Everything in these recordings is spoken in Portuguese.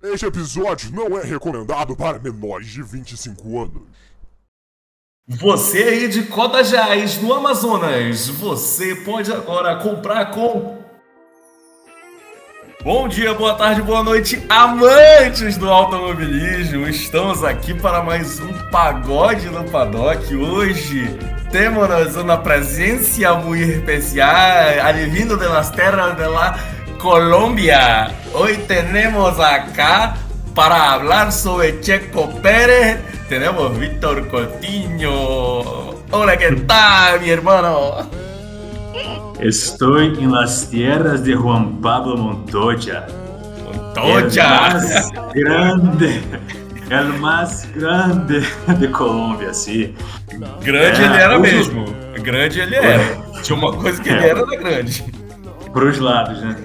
Este episódio não é recomendado para menores de 25 anos. Você aí de Cotajás, no Amazonas, você pode agora comprar com... Bom dia, boa tarde, boa noite, amantes do automobilismo. Estamos aqui para mais um Pagode no Paddock. Hoje temos uma presença muito especial, vindo de las terras de la Colombia. Hoy tenemos acá para hablar sobre Checo Pérez. Tenemos Víctor Coutinho. Hola, ¿qué tal, mi hermano? Estoy en las tierras de Juan Pablo Montoya. Montoya. El más grande de Colômbia, sim. Grande ele era mesmo. Grande ele era. Tinha uma coisa que ele era grande. Pros lados, né?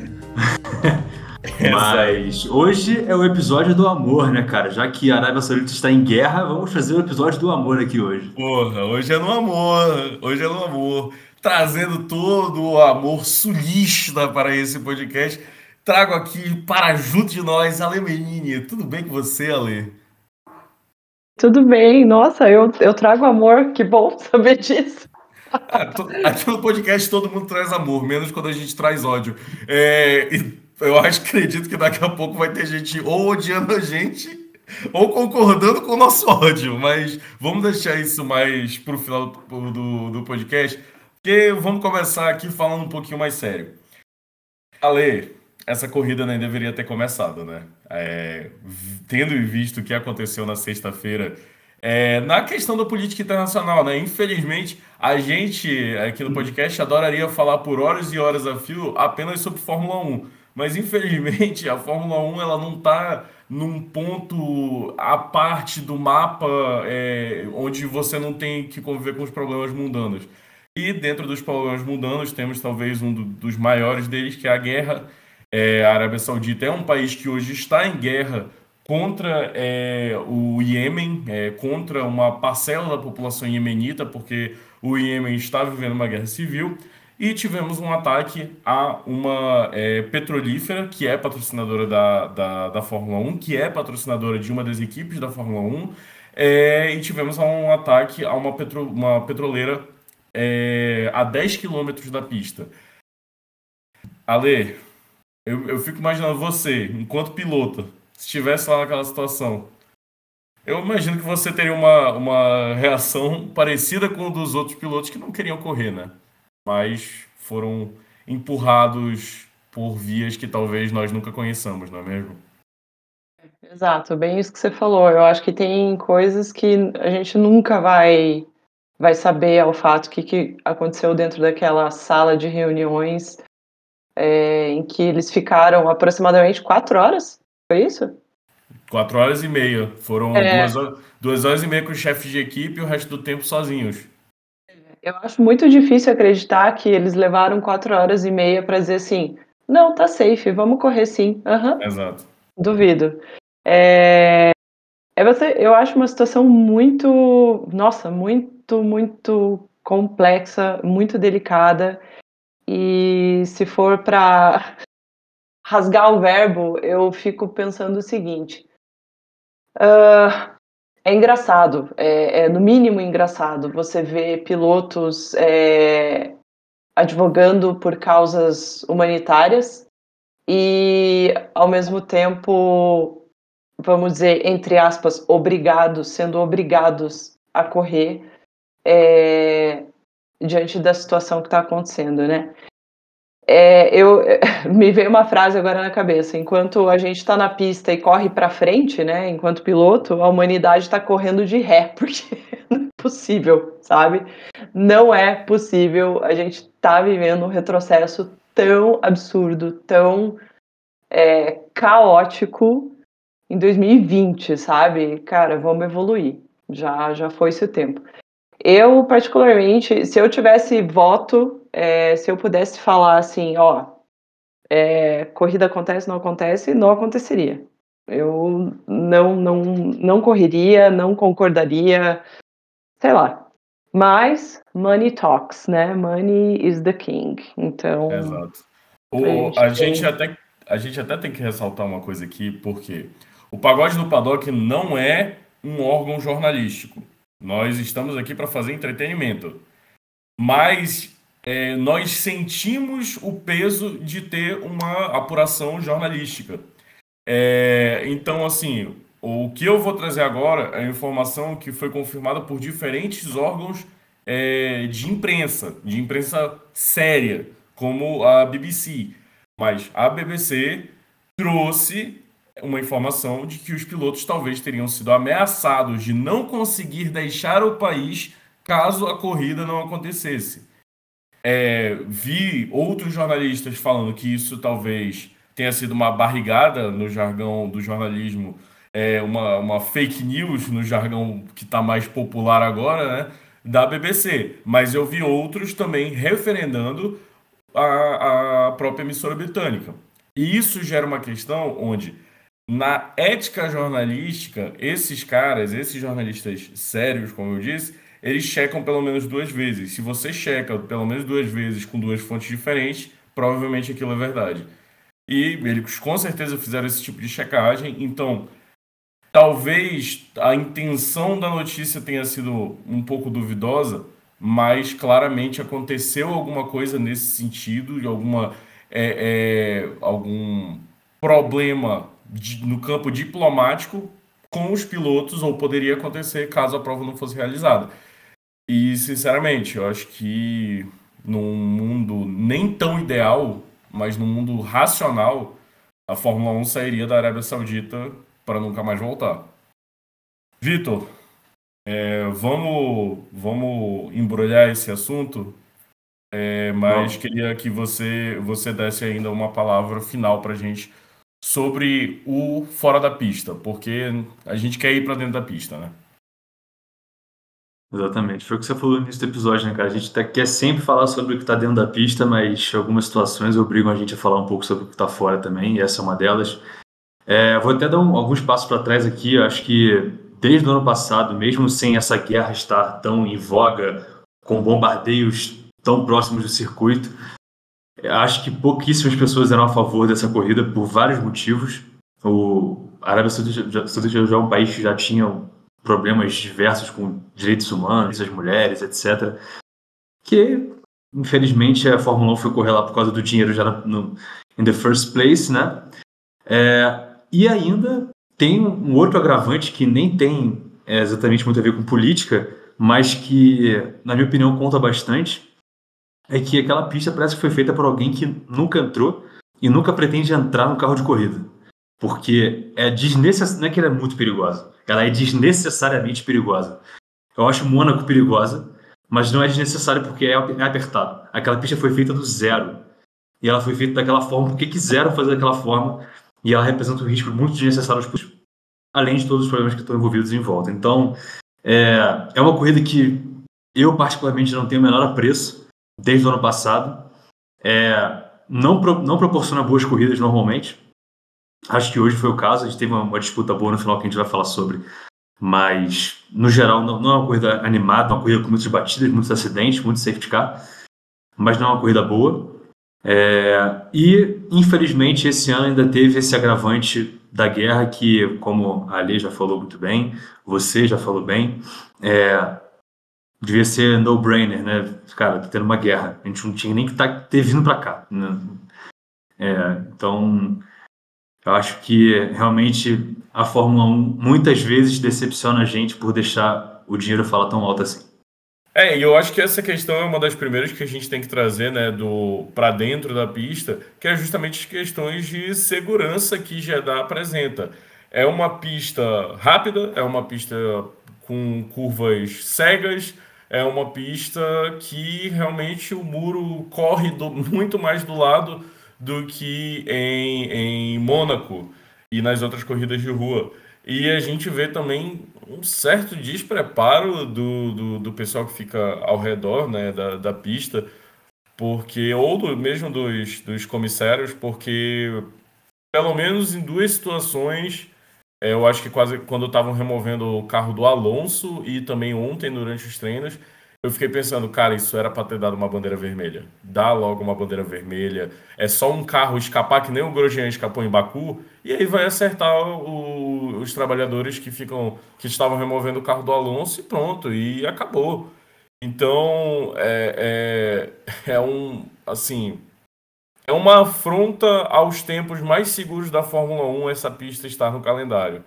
Mas hoje é o episódio do amor, né, cara? Já que a Arábia Saudita está em guerra, vamos fazer o episódio do amor aqui hoje. Porra, hoje é no amor. Hoje é no amor. Trazendo todo o amor sulista para esse podcast. Trago aqui para junto de nós, Ale Menini. Tudo bem com você, Ale? Tudo bem. Nossa, eu trago amor. Que bom saber disso. Aqui no podcast todo mundo traz amor, menos quando a gente traz ódio. Acredito que daqui a pouco vai ter gente ou odiando a gente ou concordando com o nosso ódio. Mas vamos deixar isso mais pro final do podcast, porque vamos começar aqui falando um pouquinho mais sério. Ale, essa corrida nem deveria ter começado, né? Tendo visto o que aconteceu na sexta-feira, na questão da política internacional, né? Infelizmente, a gente aqui no podcast adoraria falar por horas e horas a fio apenas sobre Fórmula 1. Mas, infelizmente, a Fórmula 1 ela não está num ponto à parte do mapa onde você não tem que conviver com os problemas mundanos. E dentro dos problemas mundanos temos talvez um dos maiores deles, que é a guerra. A Arábia Saudita é um país que hoje está em guerra contra o Iêmen, contra uma parcela da população iemenita, porque o Iêmen está vivendo uma guerra civil. E tivemos um ataque a uma petrolífera, que é patrocinadora da Fórmula 1, que é patrocinadora de uma das equipes da Fórmula 1. E tivemos um ataque a uma petroleira a 10 quilômetros da pista. Ale, eu fico imaginando você, enquanto piloto, se estivesse lá naquela situação, eu imagino que você teria uma reação parecida com a dos outros pilotos que não queriam correr, né? Mas foram empurrados por vias que talvez nós nunca conheçamos, não é mesmo? Exato, bem isso que você falou. Eu acho que tem coisas que a gente nunca vai saber ao fato o que aconteceu dentro daquela sala de reuniões em que eles ficaram aproximadamente 4 horas, foi isso? 4 horas e meia. Foram 2 horas e meia com o chefe de equipe e o resto do tempo sozinhos. Eu acho muito difícil acreditar que eles levaram 4 horas e meia para dizer assim, não, tá safe, vamos correr sim. Exato. Duvido. Eu acho uma situação muito, nossa, muito complexa, muito delicada. E se for para rasgar o verbo, eu fico pensando o seguinte. É engraçado, no mínimo engraçado, você vê pilotos advogando por causas humanitárias e, ao mesmo tempo, vamos dizer, entre aspas, sendo obrigados a correr diante da situação que está acontecendo, né? Me veio uma frase agora na cabeça, enquanto a gente está na pista e corre para frente, né, enquanto piloto, a humanidade está correndo de ré, porque não é possível, sabe? Não é possível a gente tá vivendo um retrocesso tão absurdo, tão caótico em 2020, sabe? Cara, vamos evoluir, já foi esse tempo. Eu, particularmente, se eu tivesse voto, se eu pudesse falar assim, corrida acontece, não acontece, não aconteceria. Eu não correria, não concordaria, sei lá. Mas money talks, né? Money is the king. Então. Exato. A gente até tem que ressaltar uma coisa aqui, porque o Pagode no Paddock não é um órgão jornalístico. Nós estamos aqui para fazer entretenimento. Mas nós sentimos o peso de ter uma apuração jornalística. Então, assim, o que eu vou trazer agora é a informação que foi confirmada por diferentes órgãos de imprensa séria, como a BBC. Mas a BBC trouxe uma informação de que os pilotos talvez teriam sido ameaçados de não conseguir deixar o país caso a corrida não acontecesse. Vi outros jornalistas falando que isso talvez tenha sido uma barrigada no jargão do jornalismo, uma fake news no jargão que está mais popular agora, né, da BBC. Mas eu vi outros também referendando a própria emissora britânica. E isso gera uma questão onde, na ética jornalística, esses caras, esses jornalistas sérios, como eu disse, eles checam pelo menos 2 vezes. Se você checa pelo menos 2 vezes com 2 fontes diferentes, provavelmente aquilo é verdade. E eles com certeza fizeram esse tipo de checagem. Então, talvez a intenção da notícia tenha sido um pouco duvidosa, mas claramente aconteceu alguma coisa nesse sentido, de algum problema no campo diplomático com os pilotos, ou poderia acontecer caso a prova não fosse realizada. E, sinceramente, eu acho que num mundo nem tão ideal, mas num mundo racional, a Fórmula 1 sairia da Arábia Saudita para nunca mais voltar. Vitor, vamos embrulhar esse assunto, mas queria que você desse ainda uma palavra final para a gente sobre o fora da pista, porque a gente quer ir para dentro da pista, né? Exatamente. Foi o que você falou no início do episódio, né, cara? A gente quer sempre falar sobre o que está dentro da pista, mas algumas situações obrigam a gente a falar um pouco sobre o que está fora também, e essa é uma delas. Vou até dar alguns passos para trás aqui. Eu acho que desde o ano passado, mesmo sem essa guerra estar tão em voga, com bombardeios tão próximos do circuito, eu acho que pouquíssimas pessoas eram a favor dessa corrida por vários motivos. A Arábia Saudita já é um país que já tinha problemas diversos com direitos humanos, as mulheres, etc. Que, infelizmente, a Fórmula 1 foi correr lá por causa do dinheiro já in the first place, né? E ainda tem um outro agravante que nem tem exatamente muito a ver com política, mas que, na minha opinião, conta bastante, é que aquela pista parece que foi feita por alguém que nunca entrou e nunca pretende entrar no carro de corrida. Porque não é que ela é muito perigosa, ela é desnecessariamente perigosa. Eu acho Mônaco perigosa, mas não é desnecessário porque é apertado. Aquela pista foi feita do zero. E ela foi feita daquela forma porque quiseram fazer daquela forma, e ela representa um risco muito desnecessário, além de todos os problemas que estão envolvidos em volta. Então, é uma corrida que eu particularmente não tenho o menor apreço desde o ano passado. Não proporciona boas corridas normalmente. Acho que hoje foi o caso. A gente teve uma disputa boa no final que a gente vai falar sobre, mas no geral não é uma corrida animada, é uma corrida com muitas batidas, muitos acidentes, muito safety car, mas não é uma corrida boa. E infelizmente esse ano ainda teve esse agravante da guerra que, como a Ali já falou muito bem, você já falou bem, devia ser no-brainer, né? Cara, tá tendo uma guerra, a gente não tinha nem que ter vindo para cá, né? Então eu acho que realmente a Fórmula 1 muitas vezes decepciona a gente por deixar o dinheiro falar tão alto assim. E eu acho que essa questão é uma das primeiras que a gente tem que trazer, né, para dentro da pista, que é justamente as questões de segurança que Jeddah apresenta. É uma pista rápida, é uma pista com curvas cegas, é uma pista que realmente o muro corre muito mais do lado do que em Mônaco e nas outras corridas de rua. E a gente vê também um certo despreparo do pessoal que fica ao redor, né, da pista, porque mesmo dos comissários, porque pelo menos em 2 situações, eu acho que quase quando estavam removendo o carro do Alonso e também ontem durante os treinos, eu fiquei pensando, cara, isso era para ter dado uma bandeira vermelha. Dá logo uma bandeira vermelha. É só um carro escapar, que nem o Grosjean escapou em Baku, e aí vai acertar os trabalhadores que estavam removendo o carro do Alonso e pronto, e acabou. Então, assim, é uma afronta aos tempos mais seguros da Fórmula 1 essa pista estar no calendário.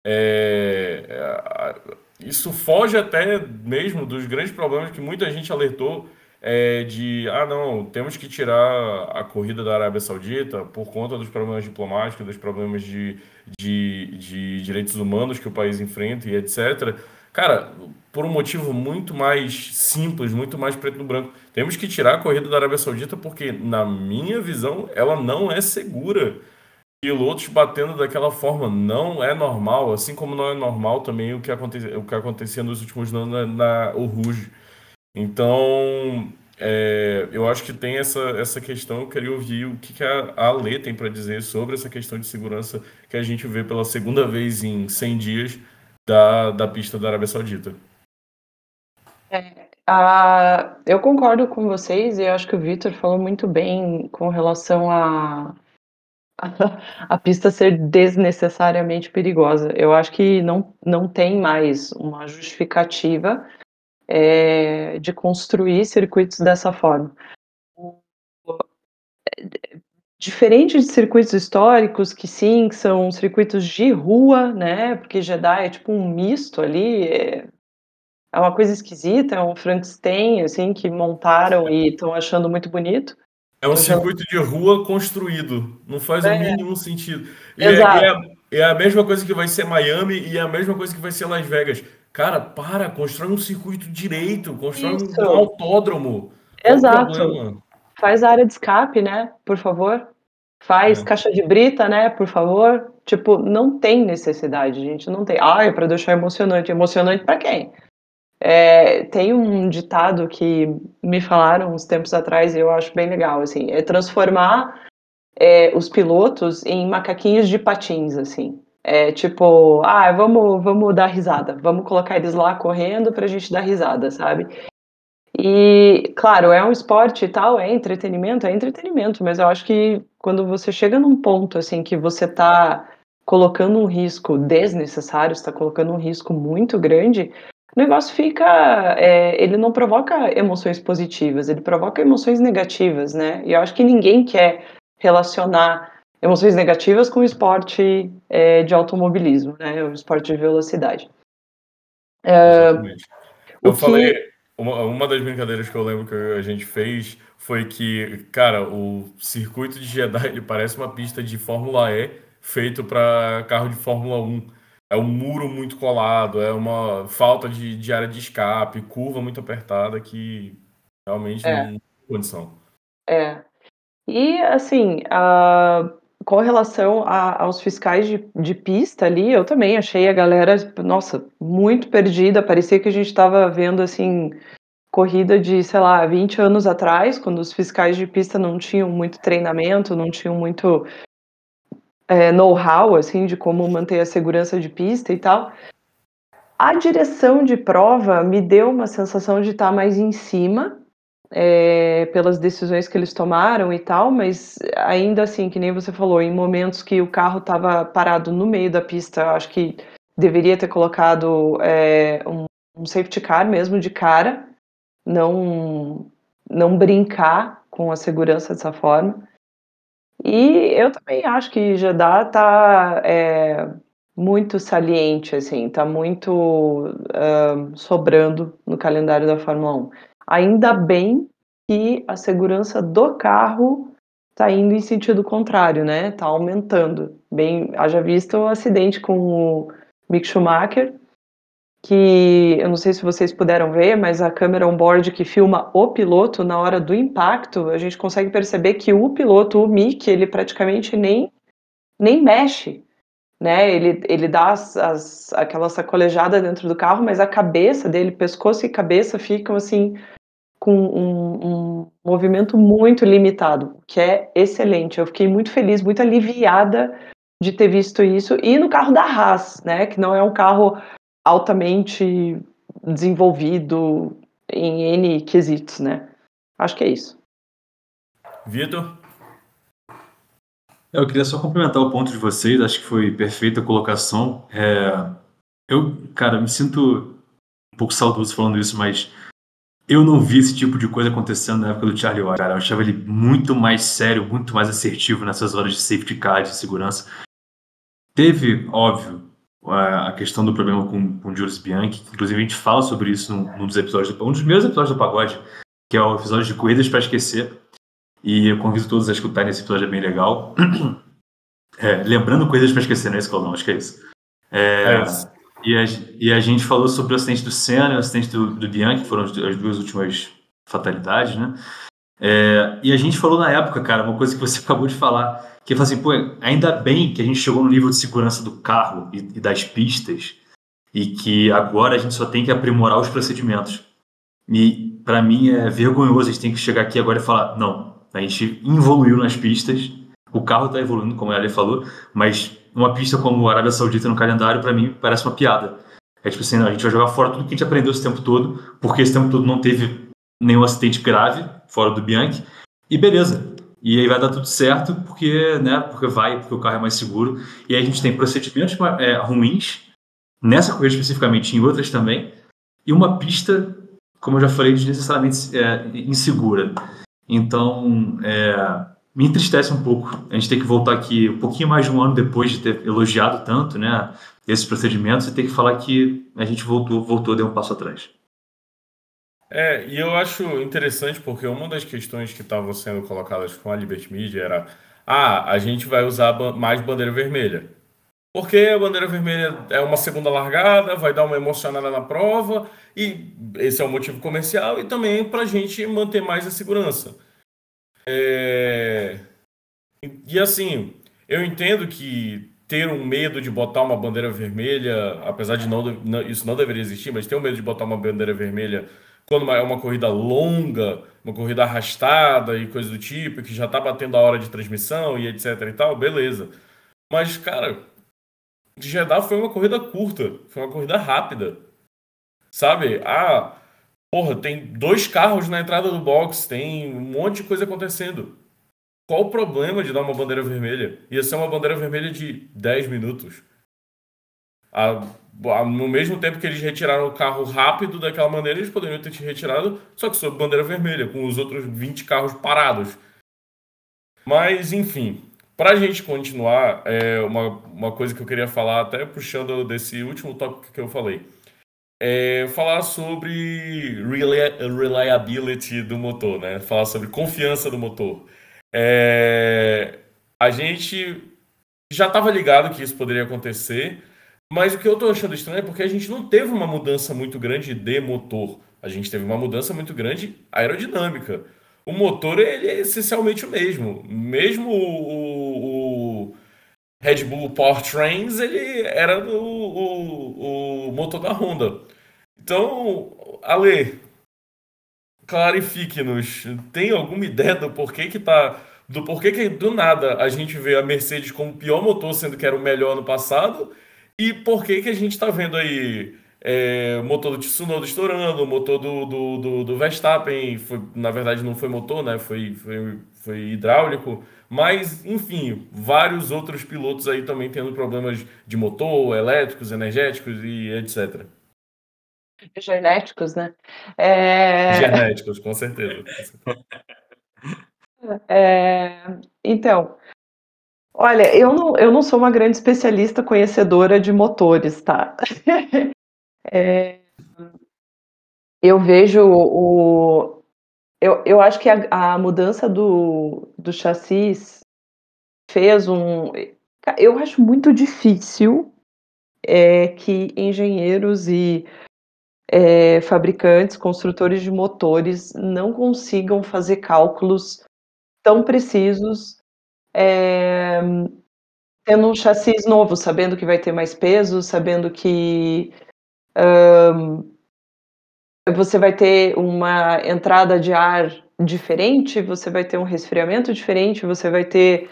Isso foge até mesmo dos grandes problemas que muita gente alertou não, temos que tirar a corrida da Arábia Saudita por conta dos problemas diplomáticos, dos problemas de direitos humanos que o país enfrenta e etc. Cara, por um motivo muito mais simples, muito mais preto no branco. Temos que tirar a corrida da Arábia Saudita porque, na minha visão, ela não é segura. Pilotos batendo daquela forma não é normal, assim como não é normal também o que acontecia nos últimos anos na Rouge. Então, eu acho que tem essa questão. Eu queria ouvir o que a Ale tem para dizer sobre essa questão de segurança que a gente vê pela segunda vez em 100 dias da pista da Arábia Saudita. Eu concordo com vocês e eu acho que o Vitor falou muito bem com relação a pista ser desnecessariamente perigosa. Eu acho que não tem mais uma justificativa de construir circuitos dessa forma. Diferente de circuitos históricos, que sim, que são circuitos de rua, né? Porque Jeddah é tipo um misto ali, é uma coisa esquisita, é um Frankenstein, assim, que montaram e estão achando muito bonito. É um Tô achando... circuito de rua construído. Não faz o mínimo sentido. Exato. É a mesma coisa que vai ser Miami e é a mesma coisa que vai ser Las Vegas. Cara, constrói um circuito direito, constrói um Isso, autódromo. Qual o exato. problema? Faz a área de escape, né? Por favor. Faz É. caixa de brita, né? Por favor. Tipo, não tem necessidade, gente. Não tem. Ah, é pra deixar emocionante. Emocionante pra quem? Tem um ditado que me falaram uns tempos atrás e eu acho bem legal, assim, é transformar os pilotos em macaquinhos de patins, assim. É tipo, vamos dar risada, vamos colocar eles lá correndo pra gente dar risada, sabe? E, claro, é um esporte e tal, é entretenimento, mas eu acho que quando você chega num ponto, assim, que você tá colocando um risco desnecessário, você tá colocando um risco muito grande, o negócio fica, ele não provoca emoções positivas, ele provoca emoções negativas, né? E eu acho que ninguém quer relacionar emoções negativas com o esporte de automobilismo, né? O esporte de velocidade. Exatamente. O Eu falei, que uma das brincadeiras que eu lembro que a gente fez foi que, cara, o circuito de Jeddah ele parece uma pista de Fórmula E feito para carro de Fórmula 1. É um muro muito colado, é uma falta de área de escape, curva muito apertada que realmente é, não tem condição. é. E, assim, com relação aos fiscais de pista ali, eu também achei a galera, nossa, muito perdida. Parecia que a gente estava vendo, assim, corrida de, sei lá, 20 anos atrás, quando os fiscais de pista não tinham muito treinamento, não tinham muito know-how, assim, de como manter a segurança de pista e tal. A direção de prova me deu uma sensação de estar mais em cima, pelas decisões que eles tomaram e tal, mas ainda assim, que nem você falou, em momentos que o carro estava parado no meio da pista, acho que deveria ter colocado um safety car mesmo de cara, não brincar com a segurança dessa forma. E eu também acho que Jeddah tá muito saliente, assim, tá muito sobrando no calendário da Fórmula 1. Ainda bem que a segurança do carro tá indo em sentido contrário, né? Tá aumentando. Bem, haja visto o acidente com o Mick Schumacher, que eu não sei se vocês puderam ver, mas a câmera on-board que filma o piloto na hora do impacto, a gente consegue perceber que o piloto, o Mick, ele praticamente nem mexe, né? Ele dá aquela sacolejada dentro do carro, mas a cabeça dele, pescoço e cabeça ficam assim com um movimento muito limitado, que é excelente. Eu fiquei muito feliz, muito aliviada de ter visto isso. E no carro da Haas, né? Que não é um carro altamente desenvolvido, em N quesitos, né? Acho que é isso. Vitor? Eu queria só complementar o ponto de vocês, acho que foi perfeita a colocação. Cara, me sinto um pouco saudoso falando isso, mas eu não vi esse tipo de coisa acontecendo na época do Charlie White, cara. Eu achava ele muito mais sério, muito mais assertivo nessas horas de safety car, de segurança. Teve, óbvio, a questão do problema com o Jules Bianchi, que inclusive a gente fala sobre isso num dos episódios, um dos primeiros episódios do Pagode, que é o episódio de Corridas para Esquecer. E eu convido todos a escutarem esse episódio, é bem legal. Lembrando Coisas para Esquecer, não é isso, Claudão? Acho que é isso. É isso. E a gente falou sobre o acidente do Senna e o acidente do Bianchi, que foram as duas últimas fatalidades, né? E a gente falou na época, cara, uma coisa que você acabou de falar, que é assim, pô, ainda bem que a gente chegou no nível de segurança do carro e das pistas e que agora a gente só tem que aprimorar os procedimentos. E para mim é vergonhoso a gente ter que chegar aqui agora e falar, não, a gente evoluiu nas pistas, o carro está evoluindo, como a Ale falou, mas uma pista como a Arábia Saudita no calendário, para mim, parece uma piada. É tipo assim, não, a gente vai jogar fora tudo que a gente aprendeu esse tempo todo, porque esse tempo todo não teve nenhum acidente grave, fora do Bianchi, e beleza. E aí vai dar tudo certo, porque o carro é mais seguro. E aí a gente tem procedimentos ruins, nessa corrida especificamente, em outras também, e uma pista, como eu já falei, desnecessariamente insegura. Então, me entristece um pouco a gente ter que voltar aqui um pouquinho mais de um ano depois de ter elogiado tanto, né, esses procedimentos, e ter que falar que a gente voltou, deu um passo atrás. E eu acho interessante porque uma das questões que estavam sendo colocadas com a Liberty Media era: a gente vai usar mais bandeira vermelha. Porque a bandeira vermelha é uma segunda largada, vai dar uma emocionada na prova, e esse é o motivo comercial, e também para a gente manter mais a segurança. E assim, eu entendo que ter um medo de botar uma bandeira vermelha, apesar de isso não deveria existir, mas ter um medo de botar uma bandeira vermelha quando é uma corrida longa, uma corrida arrastada e coisa do tipo, que já tá batendo a hora de transmissão e etc e tal, beleza. Mas, cara, Jeddah foi uma corrida curta, foi uma corrida rápida, sabe? Porra, tem 2 carros na entrada do box, tem um monte de coisa acontecendo. Qual o problema de dar uma bandeira vermelha? Ia ser uma bandeira vermelha de 10 minutos. No mesmo tempo que eles retiraram o carro rápido daquela maneira, eles poderiam ter te retirado, só que sob bandeira vermelha, com os outros 20 carros parados. Mas, enfim, para a gente continuar, uma coisa que eu queria falar, até puxando desse último tópico que eu falei, falar sobre reliability do motor, né? Falar sobre confiança do motor. A gente já estava ligado que isso poderia acontecer, mas o que eu estou achando estranho é porque a gente não teve uma mudança muito grande de motor. A gente teve uma mudança muito grande aerodinâmica. O motor, ele é essencialmente o mesmo. Mesmo o Red Bull Powertrains, ele era o motor da Honda. Então, Ale, clarifique-nos. Tem alguma ideia do porquê que do nada a gente vê a Mercedes como o pior motor, sendo que era o melhor no passado, e por que que a gente está vendo aí o motor do Tsunoda estourando, o motor do Verstappen, na verdade não foi motor, né? Foi hidráulico, mas enfim, vários outros pilotos aí também tendo problemas de motor, elétricos, energéticos e etc. Genéticos, né? Genéticos, com certeza. Então, olha, eu não sou uma grande especialista conhecedora de motores, tá? Eu vejo eu acho que a mudança do chassis fez eu acho muito difícil que engenheiros e fabricantes, construtores de motores não consigam fazer cálculos tão precisos tendo um chassis novo, sabendo que vai ter mais peso, sabendo que você vai ter uma entrada de ar diferente, você vai ter um resfriamento diferente, você vai ter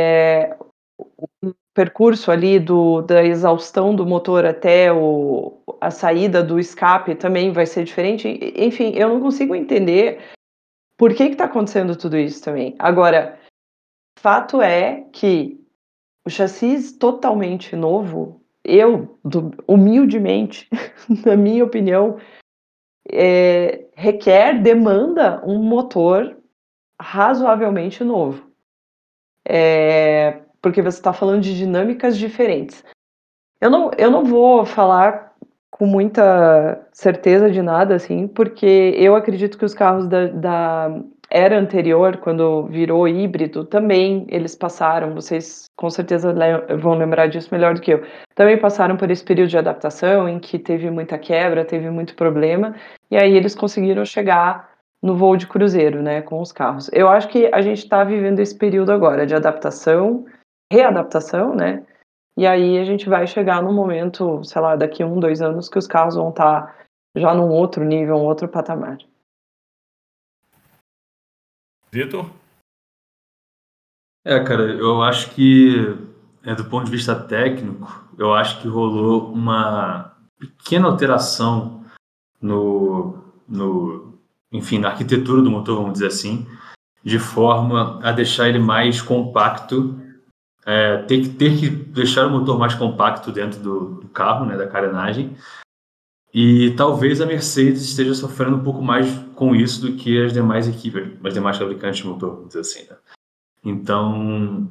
um percurso ali da exaustão do motor até a saída do escape também vai ser diferente. Enfim, eu não consigo entender por que está acontecendo tudo isso também. Agora, fato é que o chassi totalmente novo, humildemente, na minha opinião, demanda um motor razoavelmente novo. Porque você está falando de dinâmicas diferentes. Eu não vou falar com muita certeza de nada, assim, porque eu acredito que os carros da era anterior, quando virou híbrido, também eles passaram, vocês com certeza vão lembrar disso melhor do que eu, também passaram por esse período de adaptação em que teve muita quebra, teve muito problema, e aí eles conseguiram chegar no voo de cruzeiro, né, com os carros. Eu acho que a gente está vivendo esse período agora de adaptação, readaptação, né, e aí a gente vai chegar num momento, sei lá, daqui 1, 2 anos, que os carros vão estar já num outro nível, um outro patamar. Vitor? Cara, eu acho que, do ponto de vista técnico, eu acho que rolou uma pequena alteração enfim, na arquitetura do motor, vamos dizer assim, de forma a deixar ele mais compacto, ter que deixar o motor mais compacto dentro do carro, né, da carenagem, e talvez a Mercedes esteja sofrendo um pouco mais com isso do que as demais equipes, as demais fabricantes de motor, vamos dizer assim, né? Então,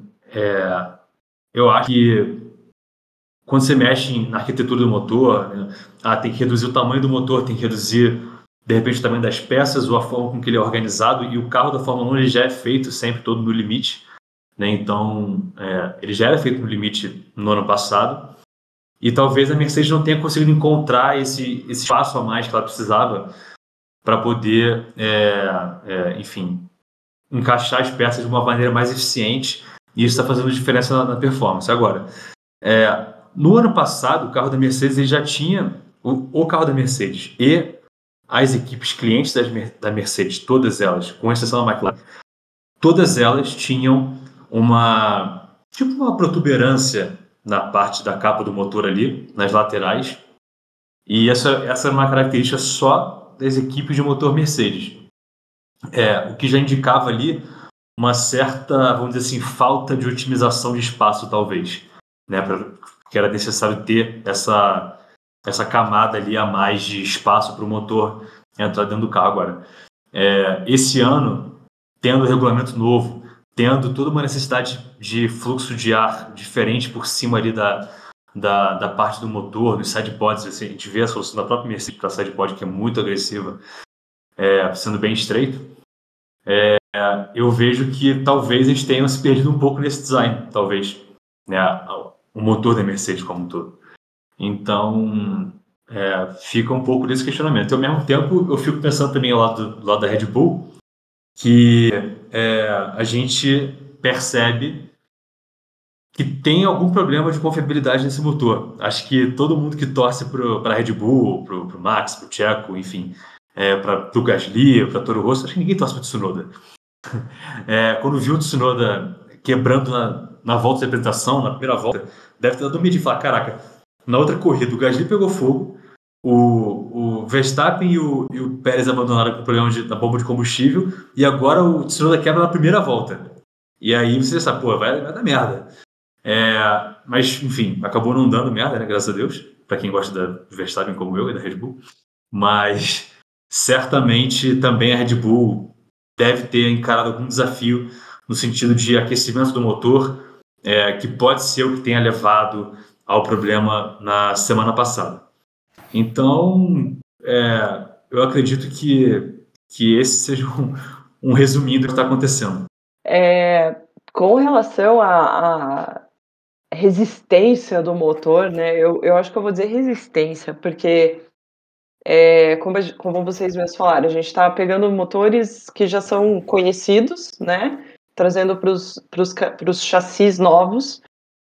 eu acho que quando você mexe na arquitetura do motor, né, tem que reduzir o tamanho do motor, tem que reduzir, de repente, o tamanho das peças ou a forma com que ele é organizado, e o carro da Fórmula 1 ele já é feito sempre todo no limite, né? Então, ele já era feito no limite no ano passado, e talvez a Mercedes não tenha conseguido encontrar esse espaço a mais que ela precisava para poder, enfim, encaixar as peças de uma maneira mais eficiente, e isso está fazendo diferença na performance. Agora, no ano passado, o carro da Mercedes ele já tinha, o carro da Mercedes e as equipes clientes da Mercedes, todas elas, com exceção da McLaren, todas elas tinham uma protuberância na parte da capa do motor ali, nas laterais, e essa é uma característica só das equipes de motor Mercedes. O que já indicava ali uma certa, vamos dizer assim, falta de otimização de espaço, talvez, né, porque era necessário ter essa camada ali a mais de espaço para o motor entrar dentro do carro. Agora, esse ano, tendo o regulamento novo, tendo toda uma necessidade de fluxo de ar diferente por cima ali da parte do motor, dos sidepods, assim, a gente vê a solução da própria Mercedes para sidepod, que é muito agressiva, sendo bem estreito, eu vejo que talvez eles tenham se perdido um pouco nesse design, talvez, né, o motor da Mercedes como um todo. Então, fica um pouco desse questionamento. Ao mesmo tempo, eu fico pensando também do lado da Red Bull, que a gente percebe que tem algum problema de confiabilidade nesse motor. Acho que todo mundo que torce para a Red Bull, para o Max, para o Checo, enfim, para o Gasly, para Toro Rosso, acho que ninguém torce para o Tsunoda. Quando viu o Tsunoda quebrando na volta de apresentação, na primeira volta, deve ter dado medo de falar, caraca, na outra corrida o Gasly pegou fogo, o Verstappen e o Pérez abandonaram com o problema da bomba de combustível, e agora o Tsunoda quebra na primeira volta. E aí você sabe, vai dar merda. Mas, enfim, acabou não dando merda, né, graças a Deus, para quem gosta do Verstappen como eu e da Red Bull. Mas, certamente, também a Red Bull deve ter encarado algum desafio no sentido de aquecimento do motor, que pode ser o que tenha levado ao problema na semana passada. Então, eu acredito que esse seja um resuminho do que está acontecendo. Com relação à resistência do motor, né, eu acho que eu vou dizer resistência, porque, como vocês mesmos falaram, a gente está pegando motores que já são conhecidos, né, trazendo para os chassis novos,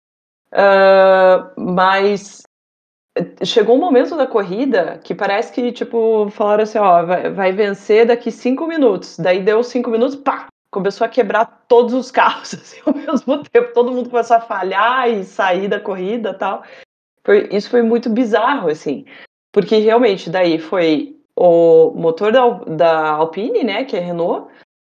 mas chegou um momento da corrida que parece que, tipo, falaram assim, vai vencer daqui 5 minutos. Daí deu 5 minutos, pá! Começou a quebrar todos os carros, assim, ao mesmo tempo. Todo mundo começou a falhar e sair da corrida e tal. Isso foi muito bizarro, assim. porque realmente daí foi o motor da Alpine, né, que é Renault,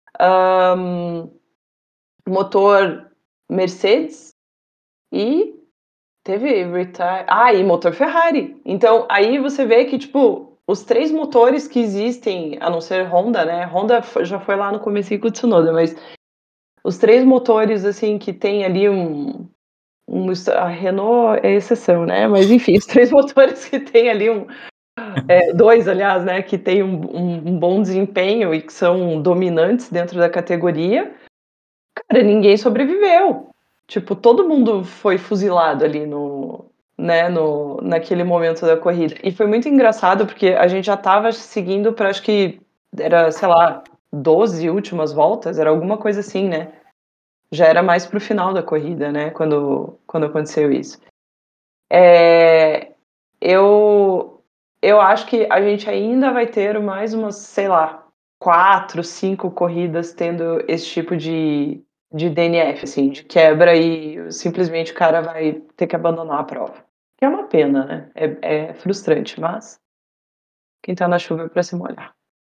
motor Mercedes e teve e motor Ferrari. Então aí você vê que tipo os 3 motores que existem, a não ser Honda, né? Honda já foi lá no comecinho com o Tsunoda, mas os 3 motores assim que tem ali a Renault é exceção, né? Mas enfim, os 3 motores que tem ali 2, aliás, né? Que tem um bom desempenho e que são dominantes dentro da categoria. Cara, ninguém sobreviveu. Tipo, todo mundo foi fuzilado ali naquele momento da corrida. E foi muito engraçado porque a gente já tava seguindo para, acho que era, sei lá, 12 últimas voltas, era alguma coisa assim, né? Já era mais pro final da corrida, né? Quando aconteceu isso. Eu acho que a gente ainda vai ter mais umas, sei lá, 4, 5 corridas tendo esse tipo de DNF, assim, de quebra e simplesmente o cara vai ter que abandonar a prova. Que é uma pena, né? É frustrante, mas quem tá na chuva é pra se molhar.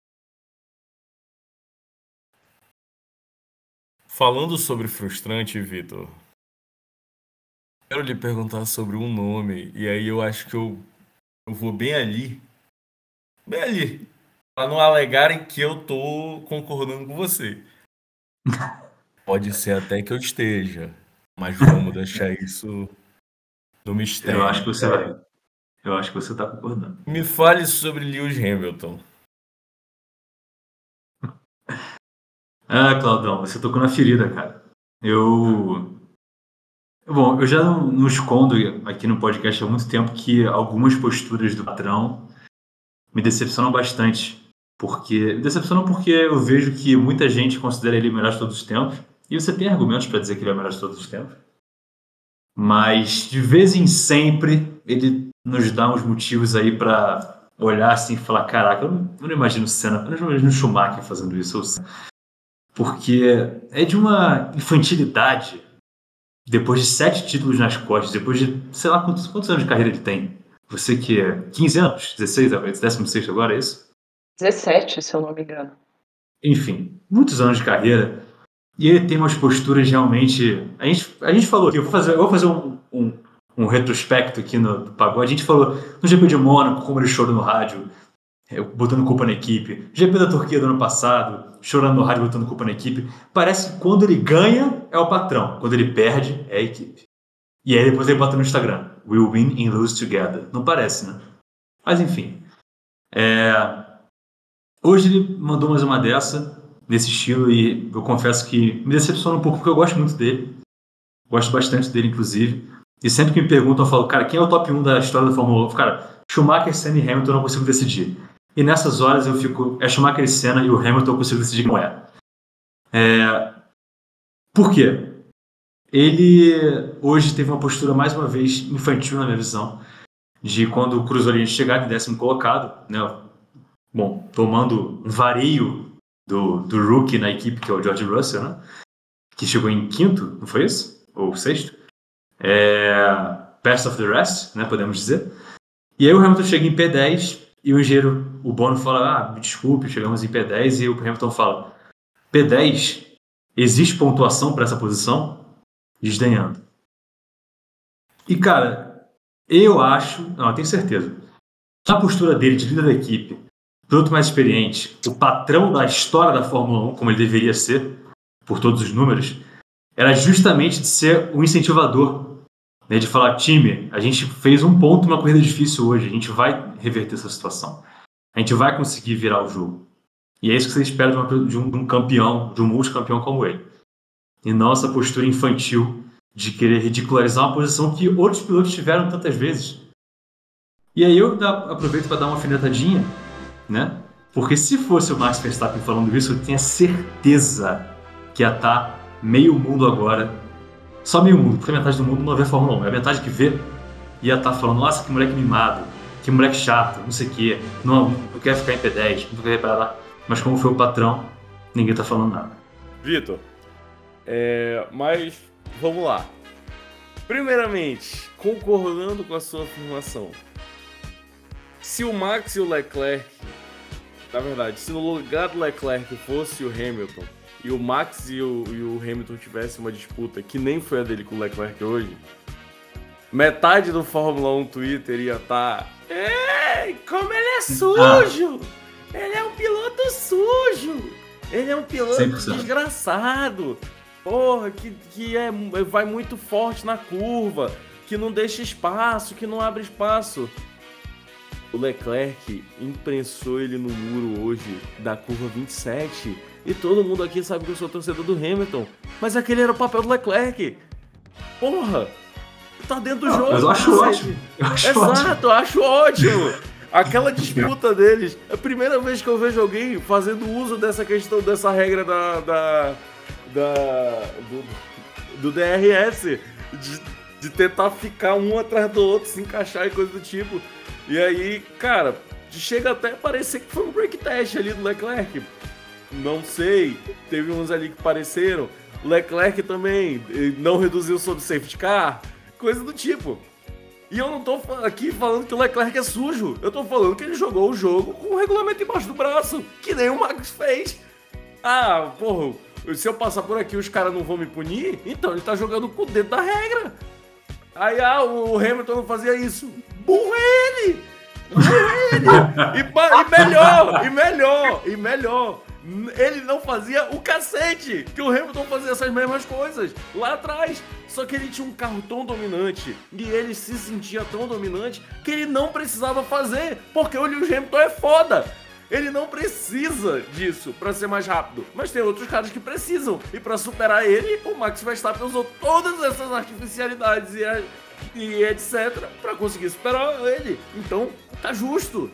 Falando sobre frustrante, Vitor, quero lhe perguntar sobre um nome, e aí eu acho que eu vou bem ali, para não alegarem que eu tô concordando com você. Pode ser até que eu esteja, mas vamos deixar isso no mistério. Eu acho que você vai. Eu acho que você tá concordando. Me fale sobre Lewis Hamilton. Ah, Claudão, você tocou na ferida, cara. Bom, eu já não escondo aqui no podcast há muito tempo que algumas posturas do patrão me decepcionam bastante. Me decepcionam porque eu vejo que muita gente considera ele o melhor de todos os tempos. E você tem argumentos para dizer que ele é o melhor de todos os tempos. Mas, de vez em sempre, ele nos dá uns motivos aí para olhar assim e falar: caraca, eu não imagino Senna, eu não imagino Schumacher fazendo isso. Porque é de uma infantilidade. Depois de 7 títulos nas costas, depois de, sei lá, quantos anos de carreira ele tem? Você que é 15 anos? 16, 16 agora, é isso? 17, se eu não me engano. Enfim, muitos anos de carreira. E ele tem umas posturas realmente... A gente falou aqui, eu vou fazer um retrospecto aqui no Pagode. A gente falou no GP de Mônaco, como ele chorou no rádio, botando culpa na equipe. GP da Turquia do ano passado, chorando no rádio, botando culpa na equipe. Parece que quando ele ganha, é o patrão. Quando ele perde, é a equipe. E aí depois ele bota no Instagram: "We'll win and lose together". Não parece, né? Mas enfim. Hoje ele mandou mais uma dessa, nesse estilo, e eu confesso que me decepciona um pouco, porque eu gosto muito dele. Gosto bastante dele, inclusive. E sempre que me perguntam, eu falo: cara, quem é o top 1 da história da Fórmula 1? Cara, Schumacher, Senna e Hamilton eu não consigo decidir. E nessas horas eu fico: é Schumacher e Senna, e o Hamilton eu consigo decidir quem é. Por quê? Ele hoje teve uma postura, mais uma vez, infantil na minha visão, de quando cruzou a linha de chegada em 10º colocado, né? Bom, tomando um vareio do rookie na equipe, que é o George Russell, né? Que chegou em 5º, não foi isso? Ou 6º? Best of the rest, né? Podemos dizer. E aí o Hamilton chega em P10 e o engenheiro, o Bono, fala: me desculpe, chegamos em P10, e o Hamilton fala: P10, existe pontuação para essa posição? Desdenhando. E, cara, eu tenho certeza, na postura dele de líder da equipe, piloto mais experiente, o patrão da história da Fórmula 1, como ele deveria ser, por todos os números, era justamente de ser um incentivador, né, de falar: time, a gente fez um ponto numa corrida difícil hoje, a gente vai reverter essa situação, a gente vai conseguir virar o jogo. E é isso que você espera de um campeão, de um multicampeão como ele. E não essa postura infantil de querer ridicularizar uma posição que outros pilotos tiveram tantas vezes. E aí eu aproveito para dar uma alfinetadinha, né? Porque se fosse o Max Verstappen falando isso, eu tinha certeza que ia estar meio mundo agora. Só meio mundo, porque a metade do mundo não vê Fórmula 1. A metade que vê ia estar falando: nossa, que moleque mimado, que moleque chato, não sei o quê. Não quer ficar em P10, não quer para lá. Mas como foi o patrão, ninguém tá falando nada. Vitor, mas vamos lá. Primeiramente, concordando com a sua afirmação, Se o Max e o Leclerc, na verdade, se no lugar do Leclerc fosse o Hamilton e o Max e o Hamilton tivessem uma disputa que nem foi a dele com o Leclerc hoje, metade do Fórmula 1 Twitter ia estar... Ei, como ele é sujo! Ele é um piloto sujo! Ele é um piloto 100%. desgraçado! Porra, vai muito forte na curva, que não deixa espaço, que não abre espaço. O Leclerc imprensou ele no muro hoje da curva 27. E todo mundo aqui sabe que eu sou torcedor do Hamilton. Mas aquele era o papel do Leclerc. Porra! Tá dentro do jogo. Mas eu acho ótimo. Exato, eu acho ótimo. Aquela disputa deles. É a primeira vez que eu vejo alguém fazendo uso dessa questão, dessa regra do DRS. De tentar ficar um atrás do outro, se encaixar e coisa do tipo. E aí, cara, chega até a parecer que foi um break test ali do Leclerc. Não sei, teve uns ali que pareceram. Leclerc também não reduziu sobre safety car, coisa do tipo. E eu não tô aqui falando que o Leclerc é sujo. Eu tô falando que ele jogou o jogo com o regulamento embaixo do braço, que nem o Max fez. Ah, porra, se eu passar por aqui os caras não vão me punir, então ele tá jogando com o dedo da regra. Aí, o Hamilton não fazia isso. Burro ele! E melhor. Ele não fazia o cacete, que o Hamilton fazia essas mesmas coisas lá atrás. Só que ele tinha um carro tão dominante e ele se sentia tão dominante que ele não precisava fazer, porque o Lewis Hamilton é foda. Ele não precisa disso pra ser mais rápido, mas tem outros caras que precisam. E pra superar ele, o Max Verstappen usou todas essas artificialidades e etc pra conseguir superar ele. Então, tá justo.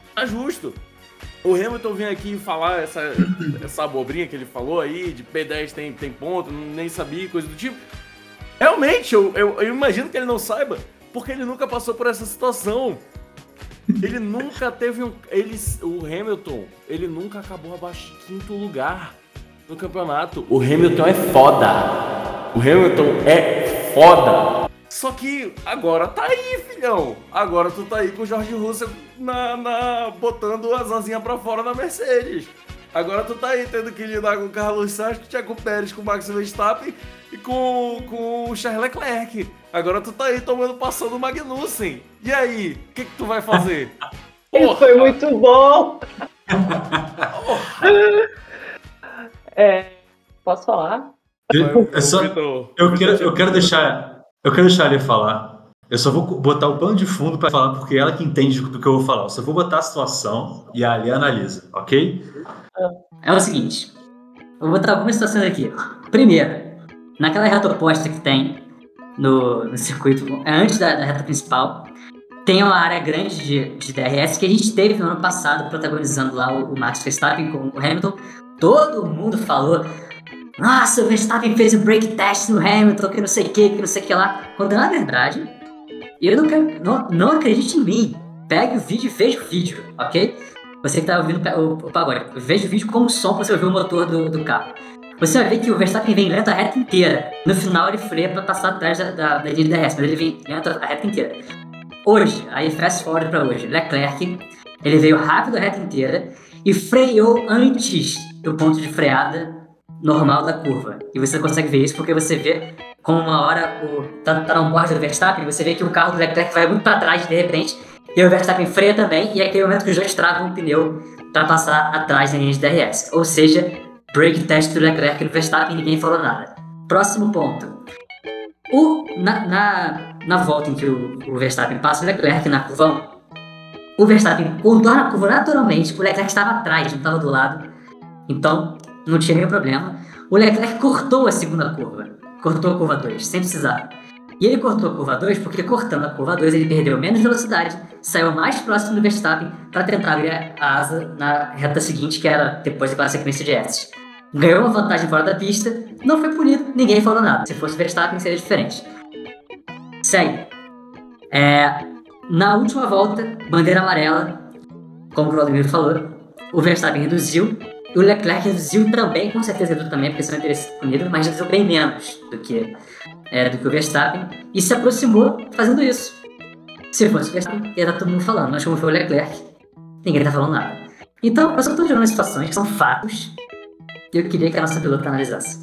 O Hamilton vem aqui falar essa abobrinha que ele falou aí, de P10 tem ponto, nem sabia, coisa do tipo. Realmente, eu imagino que ele não saiba, porque ele nunca passou por essa situação. Ele nunca teve o Hamilton, ele nunca acabou abaixo de 5º lugar no campeonato. O Hamilton é foda. Só que agora tá aí, filhão. Agora tu tá aí com o George Russell botando as asinhas pra fora na Mercedes. Agora tu tá aí tendo que lidar com o Carlos Sainz, com o Checo Pérez, com o Max Verstappen e com o Charles Leclerc. Agora tu tá aí tomando passão do Magnussen. E aí, o que tu vai fazer? Isso foi muito bom! Posso falar? Eu quero deixar ele falar. Eu só vou botar o pano de fundo pra falar, porque é ela que entende do que eu vou falar. Eu só vou botar a situação e a Ali analisa, ok? É o seguinte, eu vou botar algumas situações aqui. Primeiro, naquela reta oposta que tem no circuito, antes da reta principal, tem uma área grande de DRS que a gente teve no ano passado, protagonizando lá o Max Verstappen com o Hamilton. Todo mundo falou: nossa, o Verstappen fez o break test no Hamilton, que não sei o que lá. Quando na verdade, eu não acredite em mim. Pegue o vídeo e veja o vídeo, ok? Você que tá ouvindo o pagode, veja o vídeo com o som pra você ouvir o motor do carro. Você vai ver que o Verstappen vem lento a reta inteira. No final ele freia pra passar atrás da linha de DRS, mas ele vem lento a reta inteira. Hoje, aí fast forward pra hoje, Leclerc, ele veio rápido a reta inteira e freou antes do ponto de freada normal da curva. E você consegue ver isso porque você vê como uma hora tá no bordo do Verstappen, você vê que o carro do Leclerc vai muito pra trás de repente, e o Verstappen freia também, e é aquele momento que os dois travam o pneu pra passar atrás da linha de DRS. Ou seja, break test do Leclerc e do Verstappen, ninguém falou nada. Próximo ponto. Na volta em que o Verstappen passa o Leclerc na curva 1, o Verstappen contorna a curva naturalmente, o Leclerc estava atrás, não estava do lado, então não tinha nenhum problema. O Leclerc cortou a segunda curva, cortou a curva 2, sem precisar. E ele cortou a curva 2 porque, cortando a curva 2, ele perdeu menos velocidade, saiu mais próximo do Verstappen para tentar abrir a asa na reta seguinte, que era depois daquela sequência de S. Ganhou uma vantagem fora da pista, não foi punido, ninguém falou nada. Se fosse Verstappen, seria diferente. Segue. Na última volta, bandeira amarela, como o Claudemiro falou, o Verstappen reduziu, e o Leclerc reduziu também, com certeza reduziu também, porque senão teria sido punido, mas reduziu bem menos do que o Verstappen, e se aproximou fazendo isso. Se fosse o Verstappen, ia estar todo mundo falando, mas como foi o Leclerc, ninguém tá falando nada. Então, eu só tô jogando situações que são fatos e eu queria que a nossa piloto analisasse.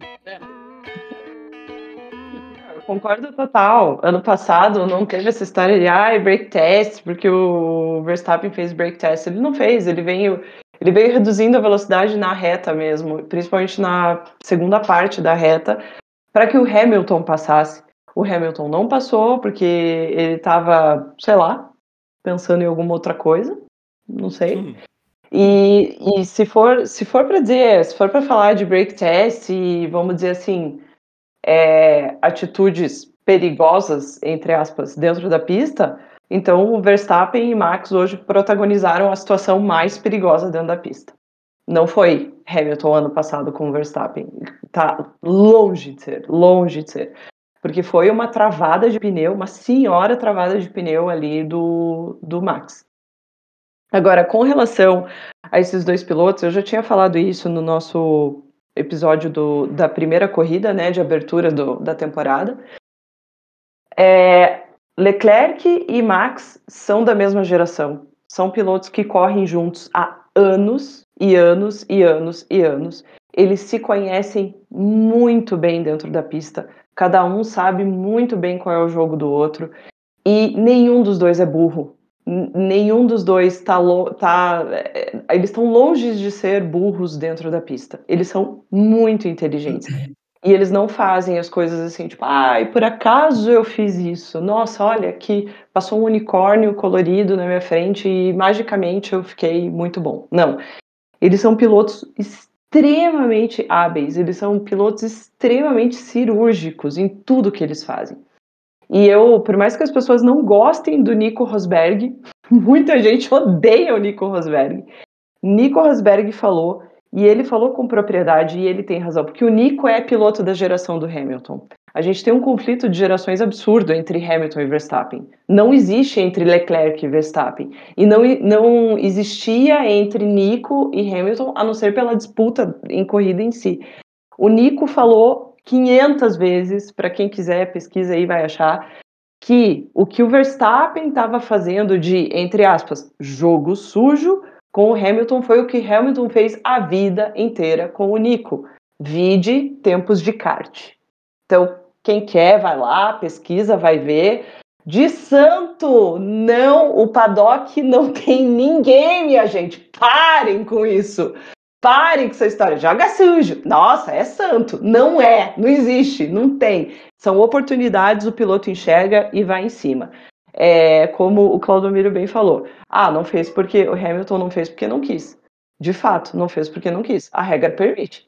Eu concordo total. Ano passado não teve essa história de break test, porque o Verstappen fez break test. Ele não fez, ele veio reduzindo a velocidade na reta mesmo, principalmente na segunda parte da reta, para que o Hamilton passasse. O Hamilton não passou porque ele estava, sei lá, pensando em alguma outra coisa, não sei. E se for para dizer, se for para falar de break test e vamos dizer assim, atitudes perigosas, entre aspas, dentro da pista, então o Verstappen e Max hoje protagonizaram a situação mais perigosa dentro da pista. Não foi Hamilton ano passado com o Verstappen. Tá longe de ser. Porque foi uma travada de pneu, uma senhora travada de pneu ali do Max. Agora, com relação a esses dois pilotos, eu já tinha falado isso no nosso episódio da primeira corrida, né, de abertura da temporada. Leclerc e Max são da mesma geração. São pilotos que correm juntos há anos e anos e anos e anos. Eles se conhecem muito bem dentro da pista. Cada um sabe muito bem qual é o jogo do outro. E nenhum dos dois é burro. Nenhum dos dois eles estão longe de ser burros dentro da pista. Eles são muito inteligentes. E eles não fazem as coisas assim, tipo, por acaso eu fiz isso. Nossa, olha, aqui passou um unicórnio colorido na minha frente e magicamente eu fiquei muito bom. Não. Eles são pilotos extremamente hábeis, eles são pilotos extremamente cirúrgicos em tudo que eles fazem. E por mais que as pessoas não gostem do Nico Rosberg, muita gente odeia o Nico Rosberg. Nico Rosberg falou, e ele falou com propriedade, e ele tem razão, porque o Nico é piloto da geração do Hamilton. A gente tem um conflito de gerações absurdo entre Hamilton e Verstappen. Não existe entre Leclerc e Verstappen. E não existia entre Nico e Hamilton, a não ser pela disputa em corrida em si. O Nico falou 500 vezes, para quem quiser, pesquisa aí, vai achar, que o Verstappen estava fazendo de, entre aspas, jogo sujo com o Hamilton foi o que Hamilton fez a vida inteira com o Nico. Vide tempos de kart. Então, quem quer, vai lá, pesquisa, vai ver. De santo, não, o paddock não tem ninguém, minha gente. Parem com isso. Parem com essa história. Joga sujo. Nossa, é santo. Não existe, não tem. São oportunidades, o piloto enxerga e vai em cima. Como o Claudomiro bem falou. Não fez porque o Hamilton não fez porque não quis. De fato, não fez porque não quis. A regra permite.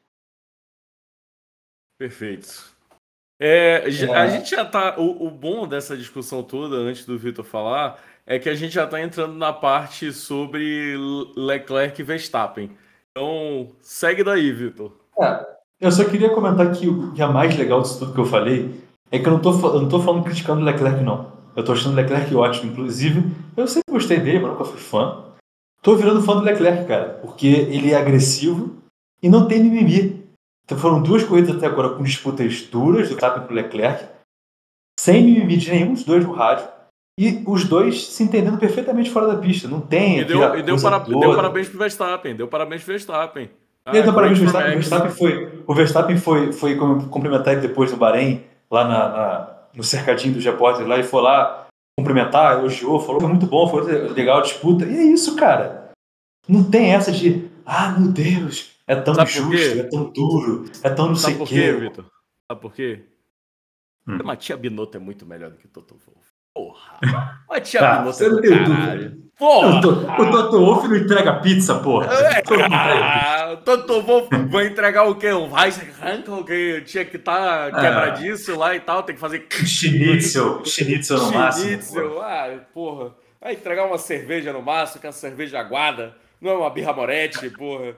Perfeito. A gente já tá. O bom dessa discussão toda, antes do Vitor falar, é que a gente já tá entrando na parte sobre Leclerc e Verstappen. Então, segue daí, Vitor. Eu só queria comentar que o que é mais legal disso tudo que eu falei é que eu não tô falando criticando o Leclerc, não. Eu tô achando o Leclerc ótimo. Inclusive, eu sempre gostei dele, mas nunca fui fã. Tô virando fã do Leclerc, cara, porque ele é agressivo e não tem mimimi. Então foram 2 corridas até agora com disputas duras do Verstappen com o Leclerc, sem mimimi de nenhum dos dois no rádio, e os dois se entendendo perfeitamente fora da pista. Não tem. Deu parabéns pro Verstappen. Deu parabéns pro Verstappen. Deu parabéns pro Verstappen. O Verstappen foi cumprimentar ele depois no Bahrein, lá no cercadinho dos repórteres lá, e foi lá cumprimentar, elogiou, falou que foi muito bom, foi legal a disputa. E é isso, cara. Não tem essa de, meu Deus, é tão injusto, é tão duro, é tão não sei o quê. Sabe por quê, Vitor? Sabe por quê? Porque Matia Binotto é muito melhor do que o Toto Wolff. Porra! Matia Binotto é do caralho. Porra! O Toto Wolff não entrega pizza, porra. Toto Wolff vai entregar o quê? Um Weissrankel que tinha que estar quebradiço lá e tal, tem que fazer... Schnitzel no máximo. Schnitzel, porra. Vai entregar uma cerveja no máximo, que é uma cerveja aguada, não é uma birra Moretti, porra.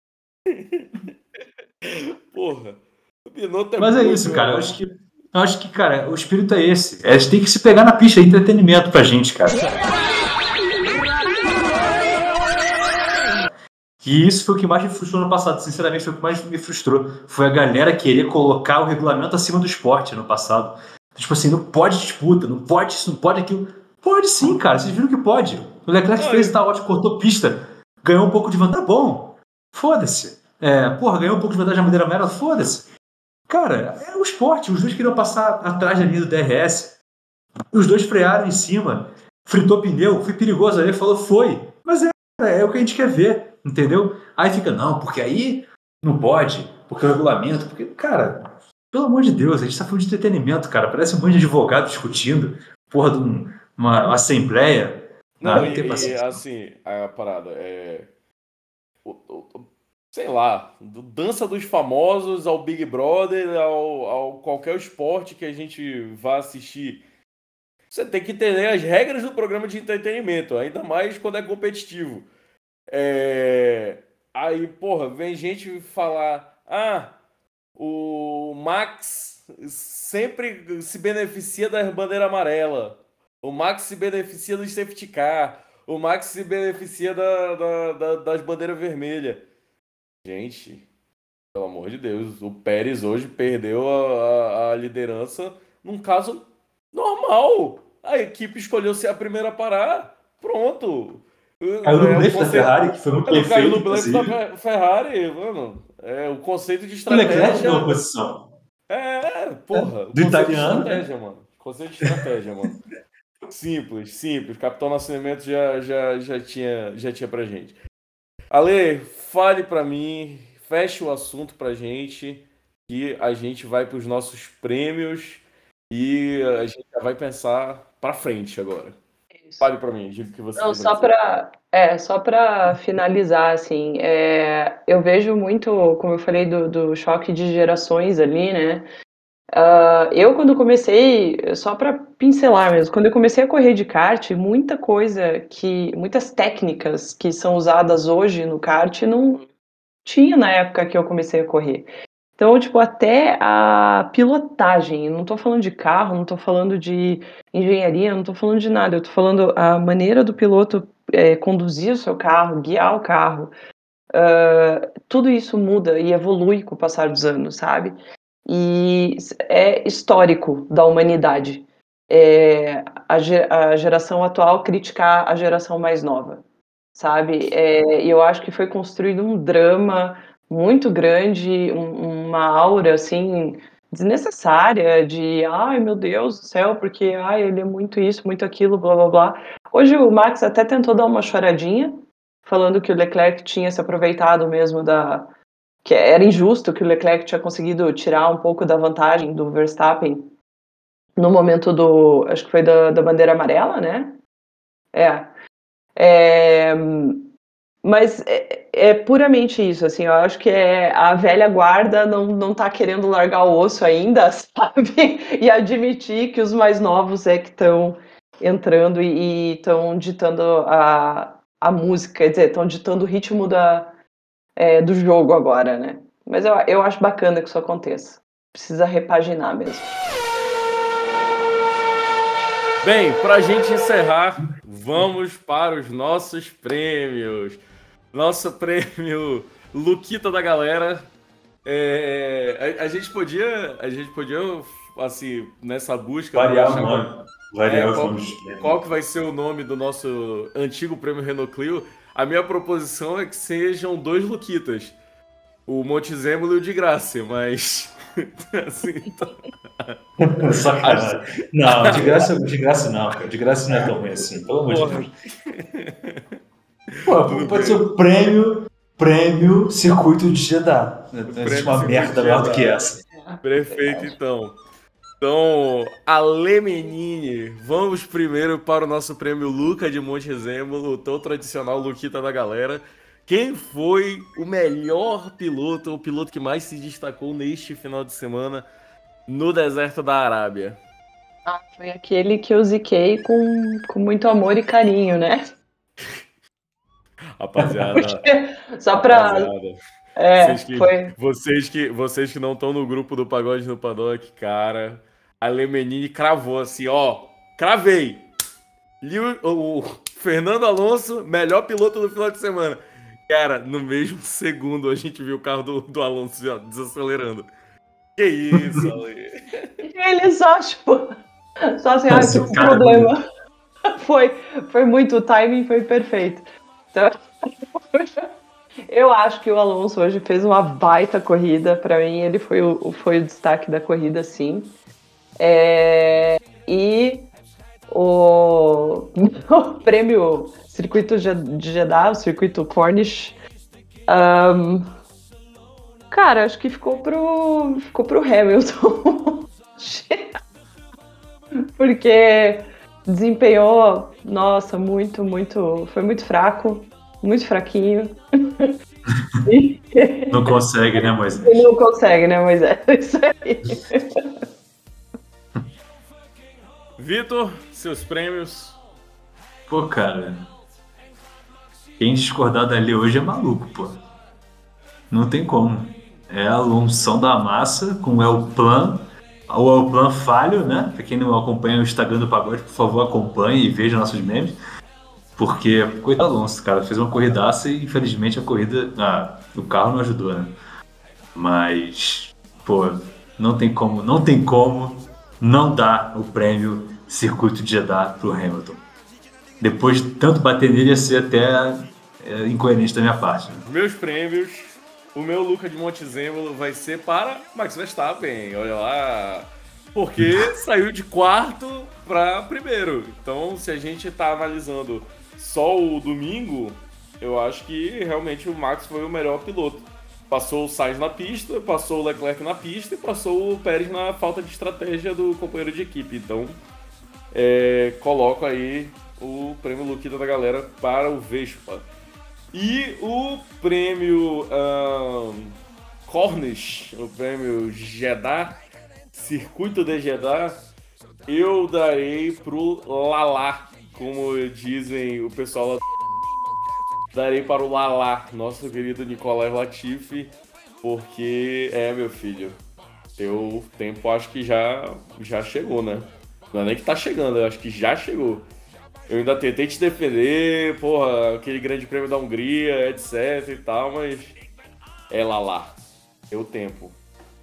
Porra. O Binotto Mas é isso, cara. Eu acho que, cara, o espírito é esse. A gente tem que se pegar na pista, é entretenimento pra gente, cara. E isso foi o que mais me frustrou no passado. Sinceramente, foi o que mais me frustrou. Foi a galera querer colocar o regulamento acima do esporte no passado. Tipo assim, não pode disputa, não pode isso, não pode aquilo. Pode sim, cara. Vocês viram que pode. O Leclerc fez, tá ótimo, cortou pista, ganhou um pouco de vantagem. Tá bom, foda-se. Ganhou um pouco de vantagem na bandeira amarela, foda-se. Cara, é o esporte. Os dois queriam passar atrás da linha do DRS. Os dois frearam em cima. Fritou pneu, foi perigoso ali, falou, foi. Mas é o que a gente quer ver, entendeu? Aí fica, não, porque aí não pode, porque é o regulamento, porque, cara, pelo amor de Deus, a gente tá falando de entretenimento, cara. Parece um monte de advogado discutindo, porra de uma assembleia. Não, e assim, a parada sei lá, do Dança dos Famosos ao Big Brother, ao qualquer esporte que a gente vá assistir. Você tem que entender as regras do programa de entretenimento, ainda mais quando é competitivo. Aí, porra, vem gente falar, o Max sempre se beneficia da bandeira amarela, o Max se beneficia do safety car, o Max se beneficia das bandeiras vermelhas. Gente, pelo amor de Deus, o Pérez hoje perdeu a liderança num caso normal. A equipe escolheu ser a primeira a parar. Pronto. Caiu no blefe da Ferrari, que foi muito bem feito. Caiu no blefe da Ferrari, mano. O conceito de estratégia. O Leclerc deu posição. Porra. Do italiano. Conceito de estratégia, mano. Simples. Capitão Nascimento já tinha pra gente. Ale, fale pra mim, feche o assunto pra gente, que a gente vai pros nossos prêmios e a gente já vai pensar pra frente agora. Isso. Fale pra mim, diga o que você... Não, só pra finalizar, assim, eu vejo muito, como eu falei, do choque de gerações ali, né? Eu, quando comecei, só para pincelar mesmo, quando eu comecei a correr de kart, muitas técnicas que são usadas hoje no kart não tinha na época que eu comecei a correr. Então, tipo, até a pilotagem, não tô falando de carro, não tô falando de engenharia, não tô falando de nada, eu tô falando a maneira do piloto conduzir o seu carro, guiar o carro, tudo isso muda e evolui com o passar dos anos, sabe? E é histórico da humanidade a geração atual criticar a geração mais nova, sabe? E eu acho que foi construído um drama muito grande, uma aura, assim, desnecessária de, ai, meu Deus do céu, porque, ele é muito isso, muito aquilo, blá, blá, blá. Hoje o Max até tentou dar uma choradinha, falando que o Leclerc tinha se aproveitado mesmo que era injusto que o Leclerc tinha conseguido tirar um pouco da vantagem do Verstappen no momento acho que foi da bandeira amarela, né? Mas é puramente isso, assim, eu acho que a velha guarda não tá querendo largar o osso ainda, sabe? E admitir que os mais novos que estão entrando e estão ditando a música, quer dizer, estão ditando o ritmo do jogo agora, né? Mas eu acho bacana que isso aconteça. Precisa repaginar mesmo. Bem, pra gente encerrar, vamos para os nossos prêmios. Nosso prêmio Luquita da galera. A gente podia, assim, nessa busca... Variar o nome. Qual que vai ser o nome do nosso antigo prêmio Renault Clio? A minha proposição é que sejam 2 Luquitas. O Montezemolo e o de Graça, mas... assim, então... Sacanagem. Não, de graça não, cara. De graça não é tão ruim assim, pelo amor de Deus. Pô, pode ser o prêmio Circuito de Jeddah. Existe uma merda maior do que essa. Perfeito, então. Então, Ale Menini, vamos primeiro para o nosso prêmio Luca de Montezemolo, o tão tradicional Luquita da galera. Quem foi o melhor piloto, o piloto que mais se destacou neste final de semana no deserto da Arábia? Foi aquele que eu ziquei com muito amor e carinho, né? Rapaziada, só pra... Vocês que não estão no grupo do Pagode no Paddock, cara, a Lemenini cravou assim, cravei. O Fernando Alonso, melhor piloto do final de semana. Cara, no mesmo segundo a gente viu o carro do Alonso já desacelerando. Que isso, Ale? Ele só, tipo... Só assim, que problema. Foi muito, o timing foi perfeito. Então, eu acho que o Alonso hoje fez uma baita corrida. Para mim, ele foi o destaque da corrida, sim. E o prêmio Circuito de Jeddah, o Circuito Cornish, cara, acho que ficou pro Hamilton. Porque desempenhou, nossa, foi muito fraco, muito fraquinho. Não consegue, né, Moisés? Ele não consegue, né, Moisés? Isso aí. Vitor, seus prêmios. Pô, cara, quem discordar dali hoje é maluco, pô. Não tem como. É a unção da massa com o Elplan. O Elplan falho, né? Pra quem não acompanha o Instagram do Pagode, por favor, acompanhe e veja nossos memes. Porque, coitado do Alonso, cara, fez uma corridaça e infelizmente a corrida... o carro não ajudou, né? Mas, pô, não tem como não dar o prêmio Circuito de Jeddah pro Hamilton. Depois de tanto bater nele, ia ser até incoerente da minha parte. Né? Meus prêmios, o meu Luca de Montezemolo vai ser para Max Verstappen, olha lá. Porque saiu de quarto para primeiro. Então, se a gente tá analisando só o domingo, eu acho que realmente o Max foi o melhor piloto. Passou o Sainz na pista, passou o Leclerc na pista e passou o Pérez na falta de estratégia do companheiro de equipe. Então, coloco aí o prêmio Luquita da galera para o Vespa. E o prêmio Cornish, o prêmio Jeddah, Circuito de Jeddah, eu darei pro Lala, como dizem o pessoal lá. Darei para o Lala, nosso querido Nicolas Latifi, porque meu filho, teu tempo acho que já chegou, né? Não é nem que tá chegando, eu acho que já chegou. Eu ainda tentei te defender, porra, aquele grande prêmio da Hungria, etc e tal, mas Lala, teu tempo.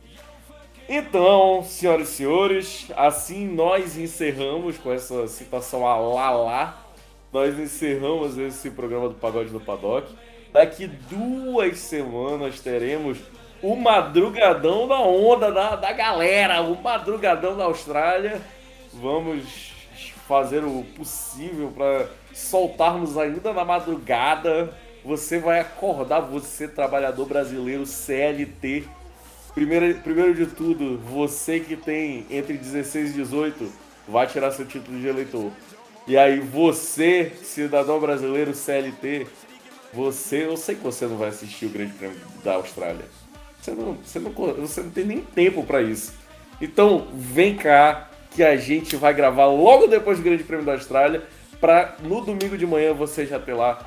Então, senhoras e senhores, assim nós encerramos com essa citação a Lala. Nós encerramos esse programa do Pagode no Paddock. Daqui 2 semanas teremos o madrugadão da onda da galera, o madrugadão da Austrália. Vamos fazer o possível para soltarmos ainda na madrugada. Você vai acordar, você trabalhador brasileiro CLT. Primeiro de tudo, você que tem entre 16 e 18 vai tirar seu título de eleitor. E aí você, cidadão brasileiro CLT, eu sei que você não vai assistir o Grande Prêmio da Austrália. Você não tem nem tempo para isso. Então vem cá que a gente vai gravar logo depois do Grande Prêmio da Austrália para no domingo de manhã você já ter lá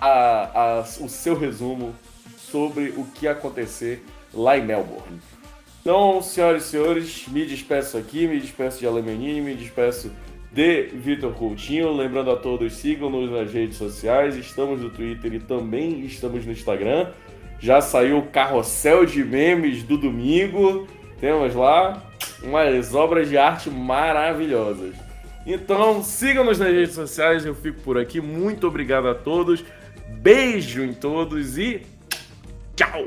o seu resumo sobre o que acontecer lá em Melbourne. Então, senhoras e senhores, me despeço aqui, me despeço de Alemanini, me despeço de Vitor Coutinho. Lembrando a todos, sigam-nos nas redes sociais, estamos no Twitter e também estamos no Instagram. Já saiu o carrossel de memes do domingo, temos lá umas obras de arte maravilhosas. Então, sigam-nos nas redes sociais, eu fico por aqui. Muito obrigado a todos, beijo em todos e tchau!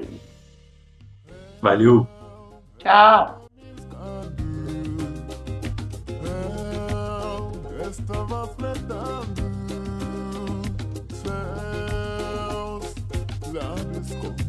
Valeu! Tchau! Estava fretando seus lábios com